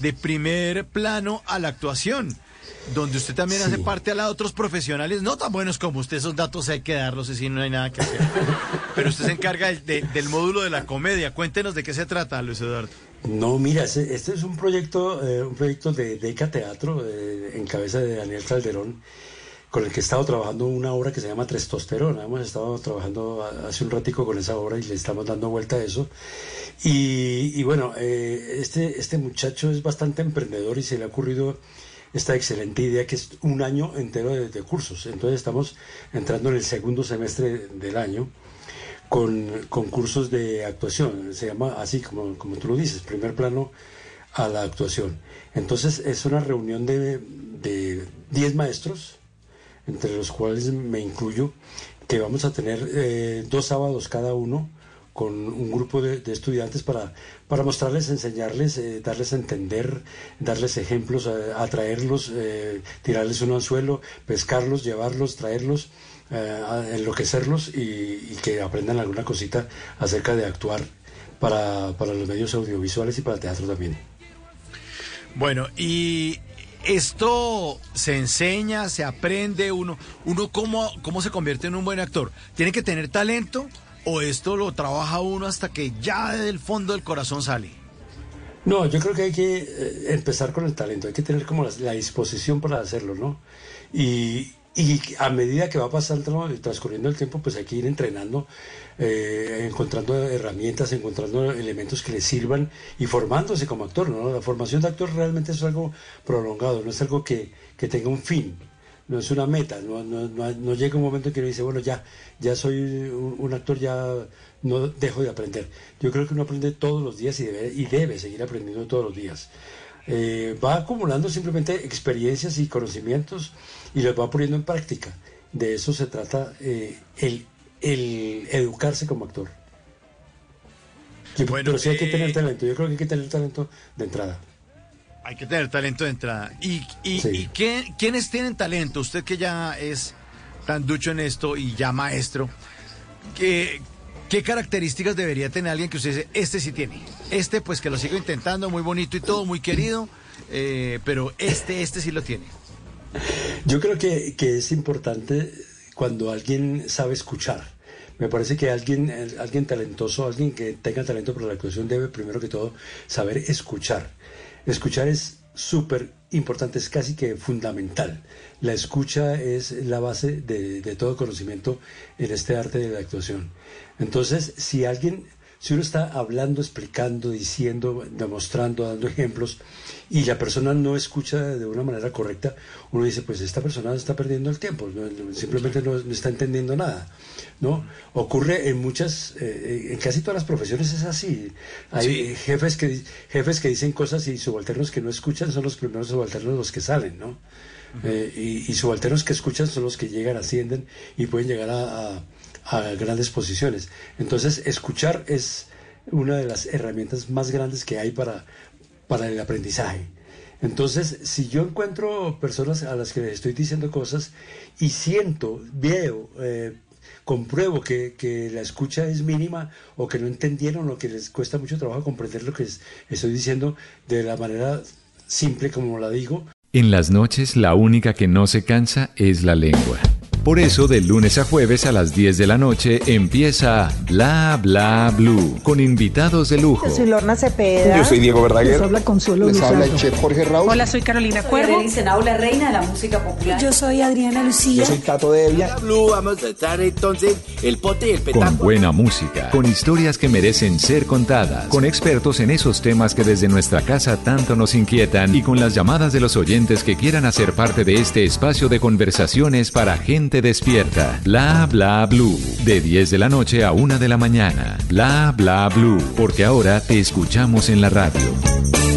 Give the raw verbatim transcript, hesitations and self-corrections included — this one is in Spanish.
de primer plano a la actuación, donde usted también sí. hace parte al lado de otros profesionales, no tan buenos como usted, esos datos hay que darlos y si no hay nada que hacer. Pero usted se encarga de, de, del módulo de la comedia. Cuéntenos de qué se trata, Luis Eduardo. No, mira, este, este es un proyecto, eh, un proyecto de Deca Teatro, eh, en cabeza de Daniel Calderón, con el que he estado trabajando una obra que se llama Testosterona. Hemos estado trabajando hace un ratico con esa obra y le estamos dando vuelta a eso. Y, y bueno, eh, este, este muchacho es bastante emprendedor y se le ha ocurrido esta excelente idea que es un año entero de, de cursos. Entonces estamos entrando en el segundo semestre del año con, con cursos de actuación. Se llama así como, como tú lo dices, primer plano a la actuación. Entonces es una reunión de diez maestros, entre los cuales me incluyo, que vamos a tener eh, dos sábados cada uno con un grupo de, de estudiantes para, para mostrarles, enseñarles, eh, darles a entender, darles ejemplos, eh, atraerlos, eh, tirarles un anzuelo, pescarlos, llevarlos, traerlos, eh, enloquecerlos y, y que aprendan alguna cosita acerca de actuar para, para los medios audiovisuales y para el teatro también. Bueno, y esto se enseña, se aprende, uno, uno cómo, cómo se convierte en un buen actor. ¿Tiene que tener talento o esto lo trabaja uno hasta que ya del fondo del corazón sale? No, yo creo que hay que eh, empezar con el talento, hay que tener como la, la disposición para hacerlo, ¿no? Y, y a medida que va pasando, transcurriendo el tiempo, pues hay que ir entrenando, eh, encontrando herramientas, encontrando elementos que le sirvan y formándose como actor, ¿no? La formación de actor realmente es algo prolongado, no es algo que, que tenga un fin. No es una meta, no, no, no, no llega un momento en que uno dice, bueno, ya, ya soy un, un actor, ya no dejo de aprender. Yo creo que uno aprende todos los días y debe, y debe seguir aprendiendo todos los días. Eh, va acumulando simplemente experiencias y conocimientos y los va poniendo en práctica. De eso se trata eh, el, el educarse como actor. Bueno, pero sí hay que tener eh... talento, yo creo que hay que tener talento de entrada. Hay que tener talento de entrada. ¿Y, y, sí. ¿y qué, quiénes tienen talento? Usted que ya es tan ducho en esto y ya maestro, ¿qué, qué características debería tener alguien que usted dice, este sí tiene? Este pues que lo sigo intentando, muy bonito y todo, muy querido, eh, pero este, este sí lo tiene. Yo creo que, que es importante cuando alguien sabe escuchar. Me parece que alguien, alguien talentoso, alguien que tenga talento por la actuación debe primero que todo saber escuchar. Escuchar es súper importante, es casi que fundamental. La escucha es la base de, de todo conocimiento en este arte de la actuación. Entonces, si alguien, si uno está hablando, explicando, diciendo, demostrando, dando ejemplos, y la persona no escucha de una manera correcta, uno dice, pues esta persona está perdiendo el tiempo, no, simplemente no, no está entendiendo nada, ¿no? Ocurre en muchas, eh, en casi todas las profesiones es así. Hay sí. jefes que jefes que dicen cosas y subalternos que no escuchan son los primeros subalternos los que salen, ¿no? Uh-huh. eh, y, y subalternos que escuchan son los que llegan, ascienden y pueden llegar a, a, a grandes posiciones. Entonces, escuchar es una de las herramientas más grandes que hay para, para el aprendizaje. Entonces, si yo encuentro personas a las que les estoy diciendo cosas y siento, veo, eh, compruebo que, que la escucha es mínima o que no entendieron o que les cuesta mucho trabajo comprender lo que es, estoy diciendo de la manera simple como la digo. En las noches, la única que no se cansa es la lengua. Por eso, de lunes a jueves a las diez de la noche empieza Bla Bla Blue, con invitados de lujo. Yo soy Lorna Cepeda. Yo soy Diego Verdaguer. Les habla Consuelo Les Luzardo. habla el chef Jorge Raúl. Hola, soy Carolina Cuervo. Soy Senado, la reina de la música popular. Yo soy Adriana Lucía. Yo soy Tato Devia. Blue, vamos a estar entonces el pote y el petaco. Con buena música, con historias que merecen ser contadas, con expertos en esos temas que desde nuestra casa tanto nos inquietan y con las llamadas de los oyentes que quieran hacer parte de este espacio de conversaciones para gente despierta. Bla Bla Blue, de diez de la noche a una de la mañana. Bla Bla Blue, porque ahora te escuchamos en la radio.